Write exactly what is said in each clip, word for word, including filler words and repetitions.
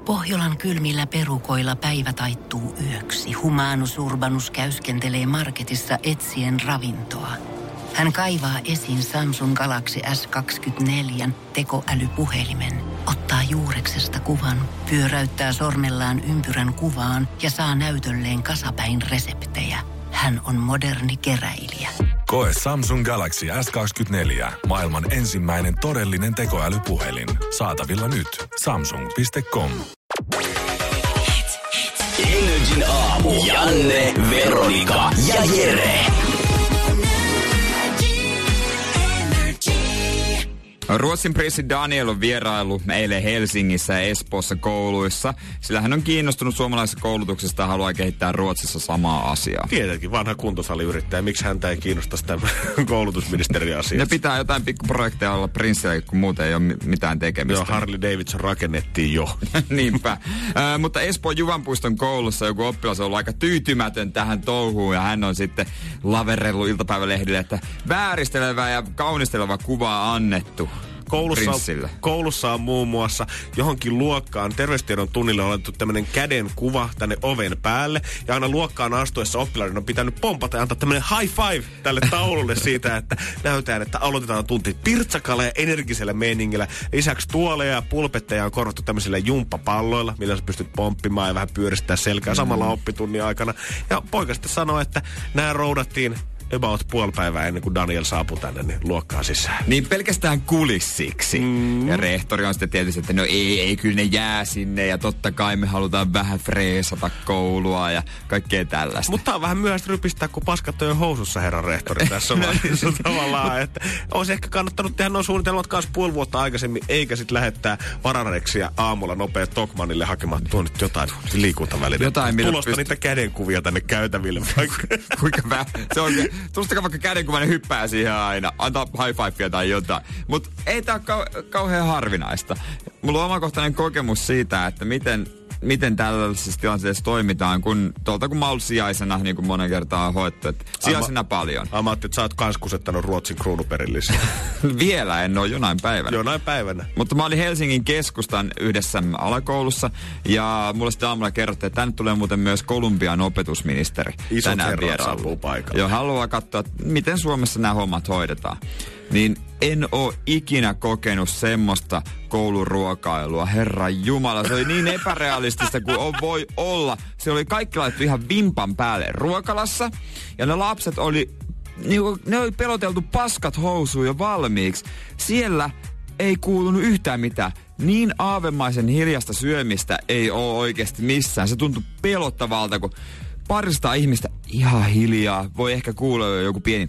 Pohjolan kylmillä perukoilla päivä taittuu yöksi. Humanus Urbanus käyskentelee marketissa etsien ravintoa. Hän kaivaa esiin Samsung Galaxy S kaksikymmentäneljä tekoälypuhelimen, ottaa juureksesta kuvan, pyöräyttää sormellaan ympyrän kuvaan ja saa näytölleen kasapäin reseptejä. Hän on moderni keräilijä. Koe Samsung Galaxy S kaksikymmentäneljä, maailman ensimmäinen todellinen tekoälypuhelin. Saatavilla nyt. samsung piste com. Energin aamu. Janne, Veronika ja Jere. Ruotsin prinssi Daniel on vierailu eilen Helsingissä ja Espoossa kouluissa, sillä hän on kiinnostunut suomalaisesta koulutuksesta ja haluaa kehittää Ruotsissa samaa asiaa. Tietenkin, vanha kuntosaliyrittäjä. Miksi häntä ei kiinnosta sitä koulutusministeriön asiaa? Ne pitää jotain pikkuprojekteja olla prinssille, kun muuten ei ole mitään tekemistä. Joo, Harley Davidson rakennettiin jo. Niinpä. Äh, mutta Espoon Juvanpuiston koulussa joku oppilas on ollut aika tyytymätön tähän touhuun ja hän on sitten laverellut iltapäivälehdille, että vääristelevää ja kaunisteleva kuvaa annettu. Koulussa on, koulussa on muun muassa johonkin luokkaan terveystiedon tunnille on otettu tämmönen käden kuva tänne oven päälle. Ja aina luokkaan astuessa oppilaiden on pitänyt pompata ja antaa tämmönen high five tälle taululle siitä, että näytetään, että aloitetaan tunti pirtsakalla ja energisellä meiningillä. Lisäksi tuoleja ja pulpetteja on korvattu tämmöisillä jumppapalloilla, millä sä pystyt pomppimaan ja vähän pyöristää selkää samalla mm. oppitunnin aikana. Ja poika sitten sanoi, että nämä roudattiin about puoli päivää ennen kuin Daniel saapui tänne niin luokkaan sisään. Niin pelkästään kulissiksi. Mm. Ja rehtori on sitten tietysti, että no ei, ei, kyllä ne jää sinne ja totta kai me halutaan vähän freesata koulua ja kaikkea tällaista. Mutta on vähän myöhäistä rypistää, kun paskat on jo housussa, herran rehtori, tässä vaiheessa tavallaan. Että olisi ehkä kannattanut tehdä nuo suunnitelmat kanssa puoli vuotta aikaisemmin, eikä sitten lähettää varareksia aamulla nopea Tokmanille hakemaan tuonut jotain liikuntavälineitä. Jotain, tulosta pyst- niitä kädenkuvia tänne käytäville. Kuinka vähän? Se on tuostakaan vaikka kädenkuvainen hyppää siihen aina. Antaa high fivea tai jotain. Mutta ei tää ole kau- kauhean harvinaista. Mulla on omakohtainen kokemus siitä, että miten, miten tällaisessa tilanteessa toimitaan, kun tuolta kun mä oon sijaisena, niin kuin monen kertaa on hoettu. Sijaisena paljon. Mä ajattelin, että sä oot kans kusettanut Ruotsin kruunuperillisiä. Vielä en oo jonain päivänä. Jonain päivänä. Mutta mä olin Helsingin keskustan yhdessä alakoulussa ja mulle sitten aamulla kerrottiin, että tänne tulee muuten myös Kolumbian opetusministeri. Isot herrat saapuu paikalle. Joo, haluaa katsoa, miten Suomessa nämä hommat hoidetaan. Niin en oo ikinä kokenut semmoista kouluruokailua. Herra Jumala, se oli niin epärealistista kuin on, voi olla. Se oli kaikki laittu ihan vimpan päälle ruokalassa. Ja ne lapset oli, niinku, ne oli peloteltu paskat housuun jo valmiiksi. Siellä ei kuulunut yhtään mitään. Niin aavemaisen hiljasta syömistä ei oo oikeasti missään. Se tuntui pelottavalta, kun parista ihmistä ihan hiljaa. Voi ehkä kuulla joku pieni...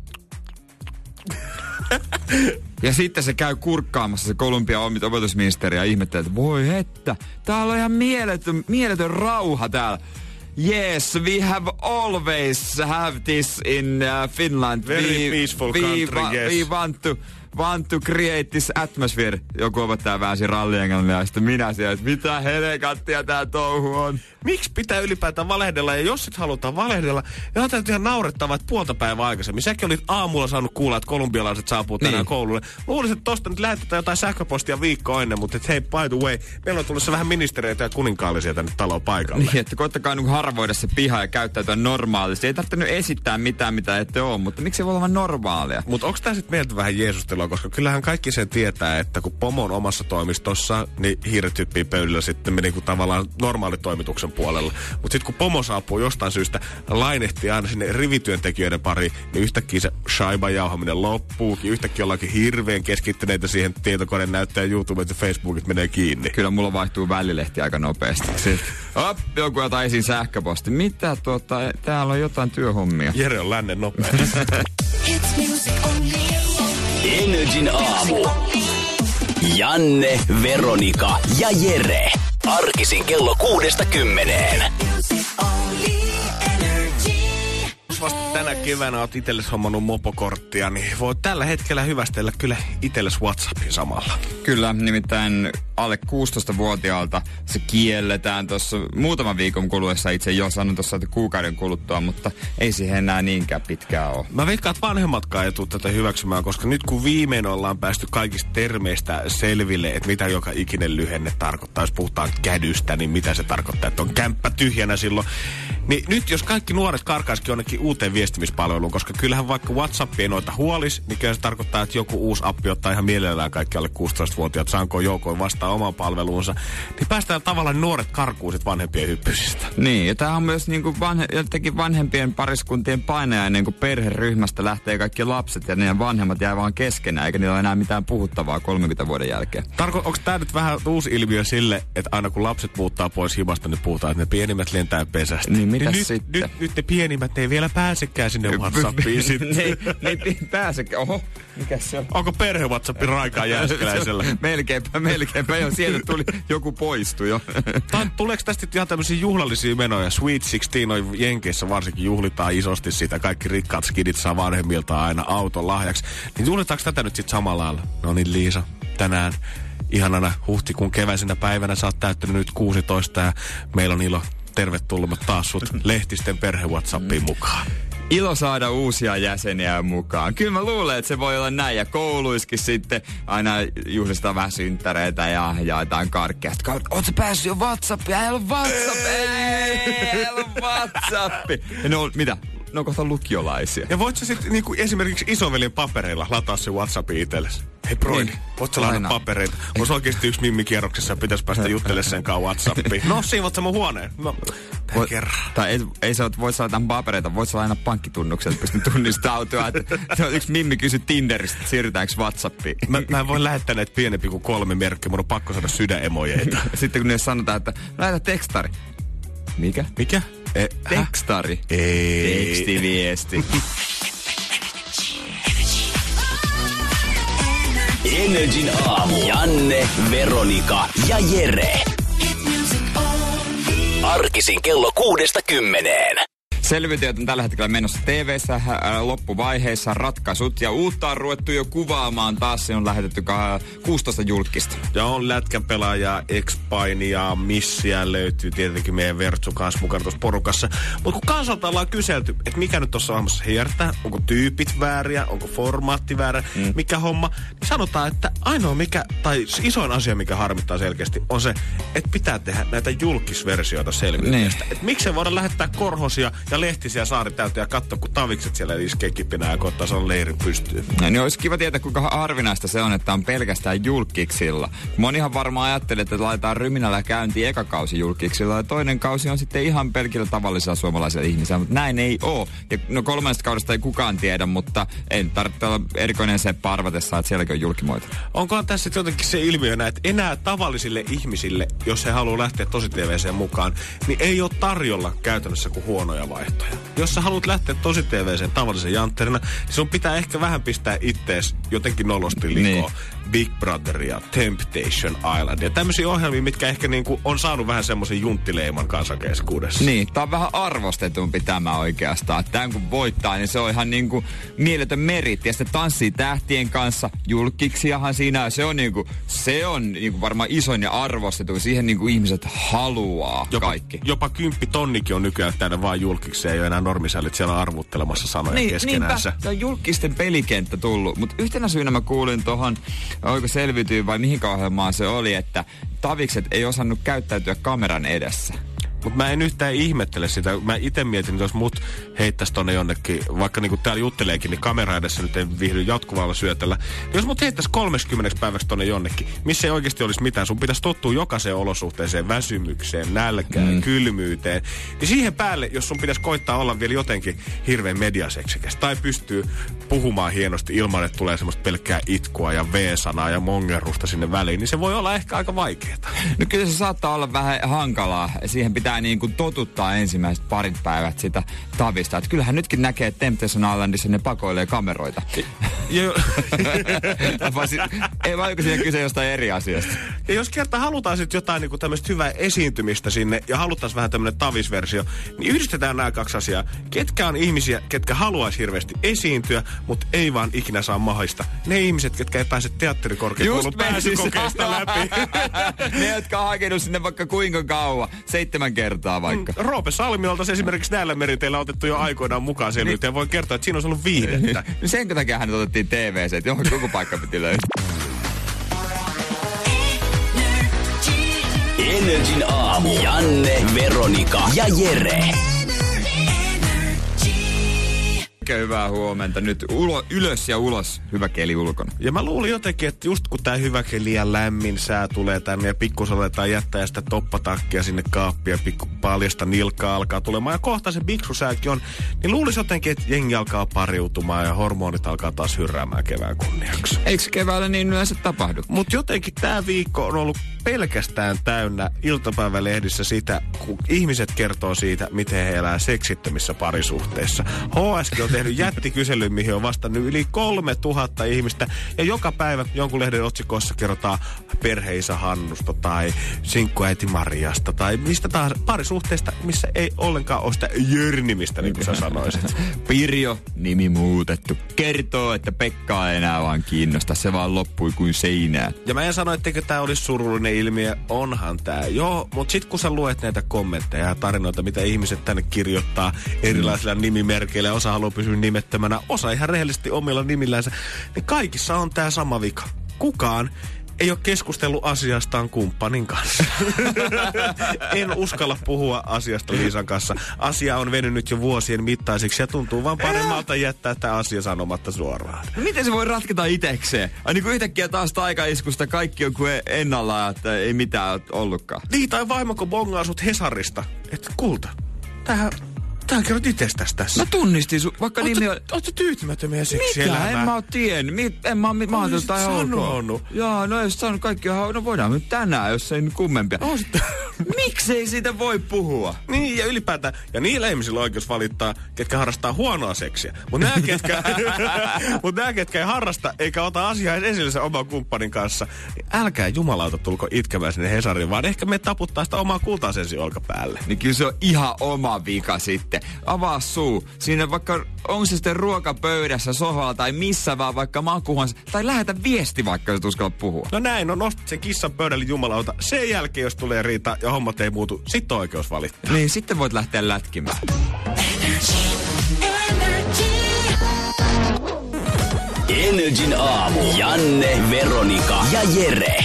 Ja sitten se käy kurkkaamassa se Kolumbian opetusministeri ja ihmettelee, että voi että, täällä on ihan mieletön, mieletön rauha täällä. Yes, we have always have this in uh, Finland. Very we, peaceful we, country, wa- yes. We want to, want to create this atmosphere. Joku opettaja väänsi rallienglannin ja sitten minä siellä, että mitä helekattia tää touhu on. Miksi pitää ylipäätään valehdella? Ja jos sit halutaan valehdella, niin on ihan naurettavaa, että puolta päivää aikaisemmin. Säkin olit aamulla saanut kuulla, että kolumbialaiset saapuu tänään niin koululle. Luulisin, että tosta nyt lähetetään jotain sähköpostia viikkoa ennen, mutta et hei, by the way, meillä on tulossa vähän ministeriöitä ja kuninkaallisia tänne taloon paikalle. Niin, että koittakaa niin harvoida se piha ja käyttäytyä normaalisti. Ei tarvitse nyt esittää mitään, mitä ette ole, mutta miksi ei voi olla normaalia? Mutta onko tää sitten meiltä vähän jeesustelua, koska kyllähän kaikki sen tietää, että kun pomo on omassa toimistossa, niin hiiret hyppii pöydällä sitten me niinku tavallaan normaalitoimituksen puolella. Mutta sitten kun pomo saapuu jostain syystä, lainehtii aina sinne rivityöntekijöiden pariin, niin yhtäkkiä se shaiban jauhaminen loppuukin. Yhtäkkiä ollaankin hirveän keskittyneitä siihen tietokoneen näyttäjän YouTubet ja Facebookit menee kiinni. Kyllä mulla vaihtuu välilehti aika nopeasti. Sitten, op, joku jotain esiin sähköposti. Mitä tuota, täällä on jotain työhommia. Jere on lännen nopea. Energin aamu. Janne, Veronika ja Jere. Arkisin kello kuudesta kymmeneen. jos vasta tänä keväänä oot itsellesi hommannut mopokorttia, niin voit tällä hetkellä hyvästellä kyllä itsellesi WhatsAppin samalla. Kyllä, nimittäin alle kuusitoistavuotiaalta se kielletään tuossa muutaman viikon kuluessa. Itse jo sanon tuossa, että kuukauden kuluttua, mutta ei siihen enää niinkään pitkään ole. Mä veikkaan, että vanhemmatkaan ei tule tätä hyväksymään, koska nyt kun viimein ollaan päästy kaikista termeistä selville, että mitä joka ikinen lyhenne tarkoittaa, jos puhutaan kädystä, niin mitä se tarkoittaa, että on kämppä tyhjänä silloin. Niin nyt jos kaikki nuoret karkaisikin jonnekin uuteen viestimispalveluun, koska kyllähän vaikka WhatsApp ei noita huolis, niin kyllä se tarkoittaa, että joku uusi appi ottaa ihan mielellään kaikki alle kuusitoistavuotiaat sankoon joukoin vastaan omaan palveluunsa. Niin päästään tavallaan nuoret karkuun sit vanhempien hyppysistä. Niin, ja tämä on myös niinku vanhe, jotenkin vanhempien pariskuntien painajainen, kun perheryhmästä lähtee kaikki lapset ja ne vanhemmat jää vaan keskenään, eikä niillä ole enää mitään puhuttavaa kolmekymmentä vuoden jälkeen. Tarko, onko tämä nyt vähän uusi ilmiö sille, että aina kun lapset muuttaa pois himasta, niin puhutaan, että ne pienimmät lentää pesästä. Niin, mitäs niin sitten? Nyt, nyt ne pienimmät ei vielä pääsekään sinne WhatsAppiin sitten. ne, ne ei pääsekään. Oho, mikä se on? Onko perhe WhatsAppi raikaa Jääskeläisellä? melkeinpä, melkeinpä. Jo, sieltä tuli, joku poistui jo. Tuleeko tästä ihan tämmöisiä juhlallisia menoja? Sweet sixteen on Jenkeissä varsinkin juhlitaan isosti sitä. Kaikki rikkaat skidit saa vanhemmiltaan aina auton lahjaksi. Niin juhlitaanko tätä nyt sitten samalla lailla? No niin, Liisa, tänään ihanana huhtikuun keväisenä päivänä sä oot täyttänyt nyt kuusitoista ja meillä on ilo tervetuloa taas sut Lehtisten perhe WhatsAppiin mukaan. Ilo saada uusia jäseniä mukaan. Kyllä mä luulen, että se voi olla näin. Ja kouluiskin sitten aina juhlistaan vähän synttäreitä ja jaetaan karkkeja. Oot sä päässyt jo WhatsAppia? Ei ole WhatsApp! Ei ole WhatsApp! Ja ne on, mitä? Ne on kohta lukiolaisia. Ja voit sä sitten niinku esimerkiksi isoveljen papereilla lataa se WhatsAppin itsellesi? Hei Broidi, niin. Voit sä lainaa papereita? Olisi oikeasti yksi mimmi kierroksessa ja pitäisi päästä juttelemaan sen kanssa WhatsAppiin. No, siivoat sä mun huoneen. No, tämän Voi, kerran. Tai ei, ei se, voit sä laittaa papereita, voit sä lainaa pankkitunnuksen, että pystyn tunnistautua. Se on yksi mimmi kysy Tinderistä, että siirrytäänkö WhatsAppiin. Mä, mä en voi lähettää näitä pienempi kuin kolme merkkiä, mun on pakko saada sydänemojeita. Sitten kun ne sanotaan, että lähetä tekstari. Mikä? Mikä? E, Tekstari. Ei. Tekstiviesti. Energin aamu. Janne, Veronika ja Jere. Arkisin kello kuudesta kymmeneen. Selvityöt on tällä hetkellä menossa T V:ssä äh, loppuvaiheessa ratkaisut ja uutta on ruvettu jo kuvaamaan. Taas se on lähetetty kuusitoista julkista. Ja on lätkän pelaajaa, ex-painia, missiä löytyy tietenkin meidän Vertsu kanssa mukana tuossa porukassa. Mutta kun kansalta ollaan kyselty, että mikä nyt tuossa ohjelmassa hiertää, onko tyypit vääriä, onko formaatti väärä, mm. mikä homma, niin sanotaan, että ainoa mikä, tai isoin asia, mikä harmittaa selkeästi, on se, että pitää tehdä näitä julkisversioita selviytystä. Niin. Että miksei voida lähettää korhosia ja lehtisiä saaritäytä ja katsoa, kun tavikset siellä iskee kipinää ja koittaa saada leirin pystyyn. No, niin olisi kiva tietää, kuinka harvinaista se on, että on pelkästään julkiksilla. Monihan varmaan ajattelee, että laitetaan ryminällä käyntiin eka kausi julkiksilla ja toinen kausi on sitten ihan pelkillä tavallisilla suomalaisilla ihmisillä, mutta näin ei ole. Ja no kolmannesta kaudesta ei kukaan tiedä, mutta en tarvitse olla erikoinen se parvatessa, että sielläkin on julkimoita. Onkohan tässä jotenkin se ilmiönä, että enää tavallisille ihmisille, jos he haluaa lähteä tosi T V:seen mukaan, niin ei ole tarjolla käytännössä kuin huonoja vaihtoehtoja. Jos sä haluat lähteä tosi T V:seen tavallisen jantterina, niin sun pitää ehkä vähän pistää ittees jotenkin nolosti likoon. Niin. Big Brother ja Temptation Island ja tämmöisiä ohjelmia, mitkä ehkä niinku on saanut vähän semmoisen junttileiman kansankeskuudessa. Niin, tää on vähän arvostetumpi tämä oikeastaan. Tän kun voittaa, niin se on ihan niinku mieletön meritti. Ja sitten tanssii tähtien kanssa, julkiksiahan siinä, se on niinku, se on niinku varmaan isoin ja arvostetumpi. Siihen niinku ihmiset haluaa jopa, kaikki. Jopa kymppi tonnikin on nykyään täynnä vaan julkiksi. Ei ole enää normisälit siellä arvuttelemassa sanoja niin, keskenäänsä. Niinpä, se on julkisten pelikenttä tullut. Mutta yhtenä syynä mä kuulin tohon, oiko selviytyy vai mihinkä ohjelmaan se oli, että tavikset ei osannut käyttäytyä kameran edessä. Mutta mä en yhtään ihmettele sitä. Mä ite mietin, että jos mut heittäisi tonne jonnekin, vaikka niinku täällä jutteleekin, niin kamera edessä nyt ei viihdy jatkuvalla syötellä. Niin jos mut heittäisi kolmekymmentä päiväksi tonne jonnekin, missä ei oikeasti olisi mitään. Sun pitäisi tottua jokaiseen olosuhteeseen, väsymykseen, nälkään, mm. kylmyyteen. Niin siihen päälle, jos sun pitäisi koittaa olla vielä jotenkin hirveän mediaseksikäs, tai pystyy puhumaan hienosti ilman, että tulee semmoista pelkkää itkua ja V-sanaa ja mongerrusta sinne väliin, niin se voi olla ehkä aika vaikeeta. No kyllä se saattaa olla vähän hankalaa. Siihen pitää niin kuin totuttaa ensimmäiset parit päivät sitä tavista. Että kyllähän nytkin näkee, että Temptation Islandissa ne pakoilee kameroita. Ja, ei vai onko siinä kyse jostain eri asiasta? Ja jos kerta halutaan sitten jotain niinku tämmöistä hyvää esiintymistä sinne ja haluttaisiin vähän tämmöinen tavisversio, niin yhdistetään nämä kaksi asiaa. Ketkä on ihmisiä, ketkä haluaisi hirveästi esiintyä, mutta ei vaan ikinä saa mahdollista. Ne ihmiset, ketkä ei pääse teatterikorkeakoulun pääsykokeista läpi. Ne, jotka on hakenut sinne vaikka kuinka kauan. Seitsemän kertaa vaikka. Mm, Roope Salmiolta se esimerkiksi näillä meriteillä otettu jo aikoinaan mukaan selvyyteen. Niin. Voi kertoa, että siinä olisi ollut viidettä. Sen takia hänet otettiin T V C, että johonkin joku paikka piti löytää. Energin aamu. Janne, Veronika ja Jere. Hyvää huomenta. Nyt ulo, ylös ja ulos. Hyvä keli ulkona. Ja mä luulin jotenkin, että just kun tää hyvä keli ja lämmin sää tulee tänne ja pikkus aletaan jättää sitä toppatakkia sinne kaappiin ja pikku paljasta nilkkaa alkaa tulemaan ja kohta se biksusääkin on, niin luulisi jotenkin, että jengi alkaa pariutumaan ja hormonit alkaa taas hyrräämään kevään kunniaksi. Eikö keväällä niin yleensä tapahdu? Mut jotenkin tää viikko on ollut pelkästään täynnä iltapäivälehdissä sitä, kun ihmiset kertoo siitä, miten he elää seksittömissä parisuhteissa. H S G on tehnyt jättikyselyn, mihin on vastannut yli kolme tuhatta ihmistä. Ja joka päivä jonkun lehden otsikossa kerrotaan perheisä Hannusta tai sinkkuäiti Mariasta tai mistä tahansa parisuhteesta, missä ei ollenkaan ole sitä jörnimistä, niin kuin sä sanoisit. Pirjo, nimi muutettu. Kertoo, että Pekka ei enää vaan kiinnosta. Se vaan loppui kuin seinään. Ja mä en sano, etteikö tää olisi surullinen ilmiö. Onhan tää. Joo, mutta sit kun sä luet näitä kommentteja ja tarinoita, mitä ihmiset tänne kirjoittaa erilaisilla nimimerkeillä, osa haluaa pysyä nimettömänä, osa ihan rehellisesti omilla nimillänsä, niin kaikissa on tää sama vika. Kukaan ei ole keskustellut asiastaan kumppanin kanssa. En uskalla puhua asiasta Liisan kanssa. Asia on venynyt jo vuosien mittaisiksi ja tuntuu vaan paremmalta jättää tämä asia sanomatta suoraan. No miten se voi ratketa itekseen? Ai niin kuin yhtäkkiä taas taikaiskusta kaikki on kuin ennallaan, että ei mitään ollutkaan. Niin, tai vaimoko bongaa sut Hesarista. Että kulta, tähän... Tähän kerrot itsestäsi tässä. Mä tunnistin sun, vaikka Ootko, nimi on... Ootko tyytymätön meidän seksielämään? Mitä? En mä oo tiennyt. Mi- en mä oo mä oon tätä sanonut. Joo, no jos sanonut kaikki, no voidaan nyt tänään, jos ei nyt kummempia. No, miksei siitä voi puhua? Niin, ja ylipäätään, ja niillä ihmisillä on oikeus valittaa, ketkä harrastaa huonoa seksiä. Mutta nämä, ketkä, mut nää, ketkä ei harrasta, eikä ota asiaa esille sen oman kumppanin kanssa, niin älkää jumalauta tulko itkemään sinne Hesariin, vaan ehkä me taputtaa sitä omaa kultasensi olkapäälle. Niin kyllä se on ihan oma vika sitten. Avaa suu. Siinä vaikka on se sitten ruokapöydässä, sohvalla tai missä vaan vaikka makuuhansa. Tai lähetä viesti vaikka, jos uskalla puhua. No näin, no nostat sen kissan pöydälle jumalauta. Sen jälkeen, jos tulee riita ja hommat ei muutu, sit on oikeus valittaa. Niin, sitten voit lähteä lätkimään. Energin aamu. Janne, Veronika ja Jere.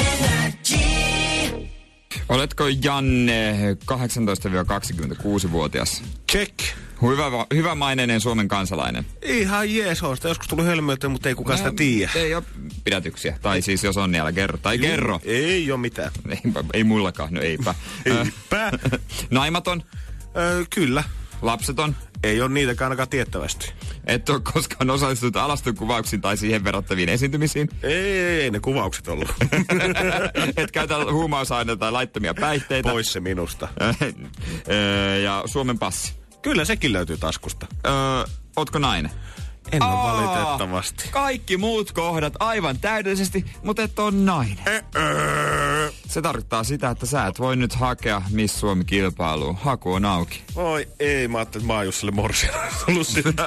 Oletko, Janne, kahdeksantoista kaksikymmentäkuusi-vuotias? Check. Hyvä, hyvämaineinen Suomen kansalainen. Ihan jees, on sitä joskus tullut hölmöitä, mutta ei kukaan sitä tiedä. Ei ole pidätyksiä. Tai siis jos on, niin älä kerro. Tai Juu, kerro. Ei ole mitään. Ei, ei mullakaan, no eipä. Eipä. Naimaton? Öö, kyllä. Lapseton? Ei ole niitäkään ainakaan tiettävästi. Et ole koskaan osallistunut alastukuvauksiin tai siihen verrattaviin esiintymisiin? Ei, ei, ei ne kuvaukset ollut. Et käytä huumausaineita tai laittomia päihteitä? Pois se minusta. Ja Suomen passi? Kyllä sekin löytyy taskusta. Öö, ootko nainen? En ole valitettavasti. Kaikki muut kohdat aivan täydellisesti, mutta et on nainen. Ö-ö. Se tarkoittaa sitä, että sä et voi nyt hakea Miss Suomi-kilpailuun. Haku on auki. Voi ei, mä ajattelin, että Maajusselle Morsian olisi tullut sitä.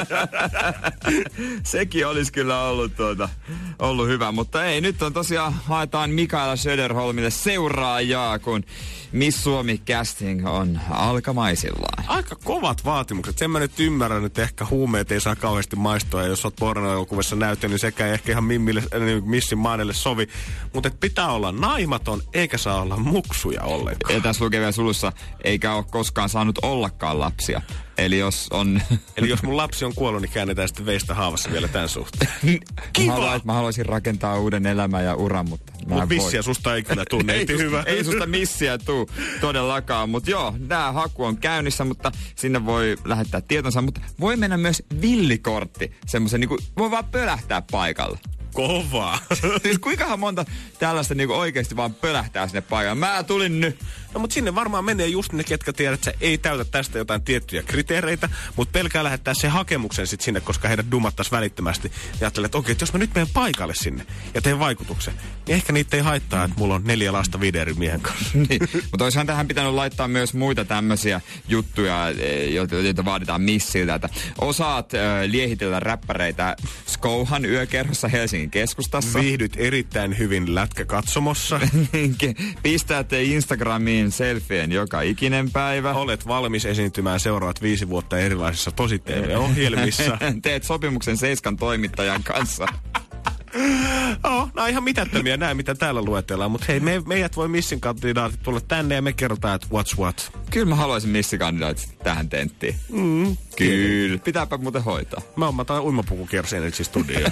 Sekin olisi kyllä ollut, tuota, ollut hyvä, mutta ei. Nyt on tosiaan, haetaan Mikaela Söderholmille seuraajaa, kun Miss Suomi-casting on alkamaisillaan. Aika kovat vaatimukset. Sen mä nyt ymmärrän, että ehkä huumeet ei saa kauheasti maistua. Ja jos oot pornoelokuvassa näyttö, niin sekä ei ehkä ihan mimmille, niin missin maanelle sovi. Mutta pitää olla naimaton, eikä saa olla muksuja ollenkaan. Ja tässä lukee vielä sulussa, eikä ole koskaan saanut ollakaan lapsia. Eli jos on... Eli jos mun lapsi on kuollut, niin käännetään sitten veistä haavassa vielä tämän suhteen. Kiva! Mä, haluaisin, mä haluaisin rakentaa uuden elämän ja uran, mutta... Mut missiä susta ei kyllä tunne, ei, sus, hyvä. Ei susta missiä tuu todellakaan, mutta joo, tää haku on käynnissä, mutta sinne voi lähettää tietonsa, mutta voi mennä myös villikortti, semmoisen niinku, voi vaan pölähtää paikalla. Kovaa. Siis kuinkahan monta tällaista niinku oikeesti vaan pölähtää sinne paikalle. Mä tulin nyt No mutta sinne varmaan menee just ne, ketkä tiedät, että sä ei täytä tästä jotain tiettyjä kriteereitä, mutta pelkää lähettää se hakemuksen sitten sinne, koska heidät dumattas välittömästi. Ja ajattelee, että okei, että jos mä nyt menen paikalle sinne ja teen vaikutuksen, niin ehkä niitä ei haittaa, että mulla on neljä lasta viiden eri miehen kanssa. Niin, mutta olisihan tähän pitänyt laittaa myös muita tämmöisiä juttuja, joita vaaditaan missiltä. Että osaat äh, liehitellä räppäreitä Skouhan yökerhossa Helsingin keskustassa. Viihdyt erittäin hyvin lätkäkatsomossa. Pistäät Instagramiin selfien joka ikinen päivä. Olet valmis esiintymään seuraavat viisi vuotta erilaisissa tosi T V-ohjelmissa. Teet sopimuksen Seiskan toimittajan kanssa. Oh, no ihan mitättömiä nämä, mitä täällä luetellaan. Mutta hei, me, meidät voi missin kandidaatit tulla tänne ja me kerrotaan, että what's what. Kyllä mä haluaisin missikandidaatit tähän tenttiin. Mm, Kyllä. Pitääpä muuten hoitaa. Mä oon mä uimapukukiersi Energy Studioon.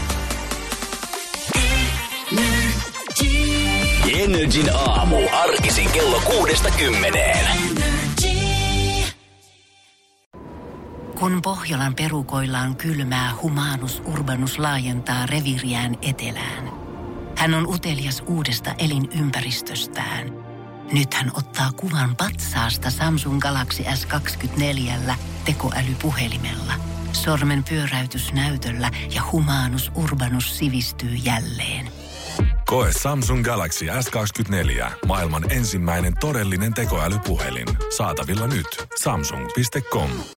Energin aamu. Arkisin kello kuudesta kymmeneen. Kun Pohjolan perukoillaan kylmää, Humanus Urbanus laajentaa reviriään etelään. Hän on utelias uudesta elinympäristöstään. Nyt hän ottaa kuvan patsaasta Samsung Galaxy S kaksikymmentäneljä tekoälypuhelimella. Sormen pyöräytys näytöllä ja Humanus Urbanus sivistyy jälleen. Koe Samsung Galaxy S kaksikymmentäneljä. Maailman ensimmäinen todellinen tekoälypuhelin. Saatavilla nyt. Samsung piste com.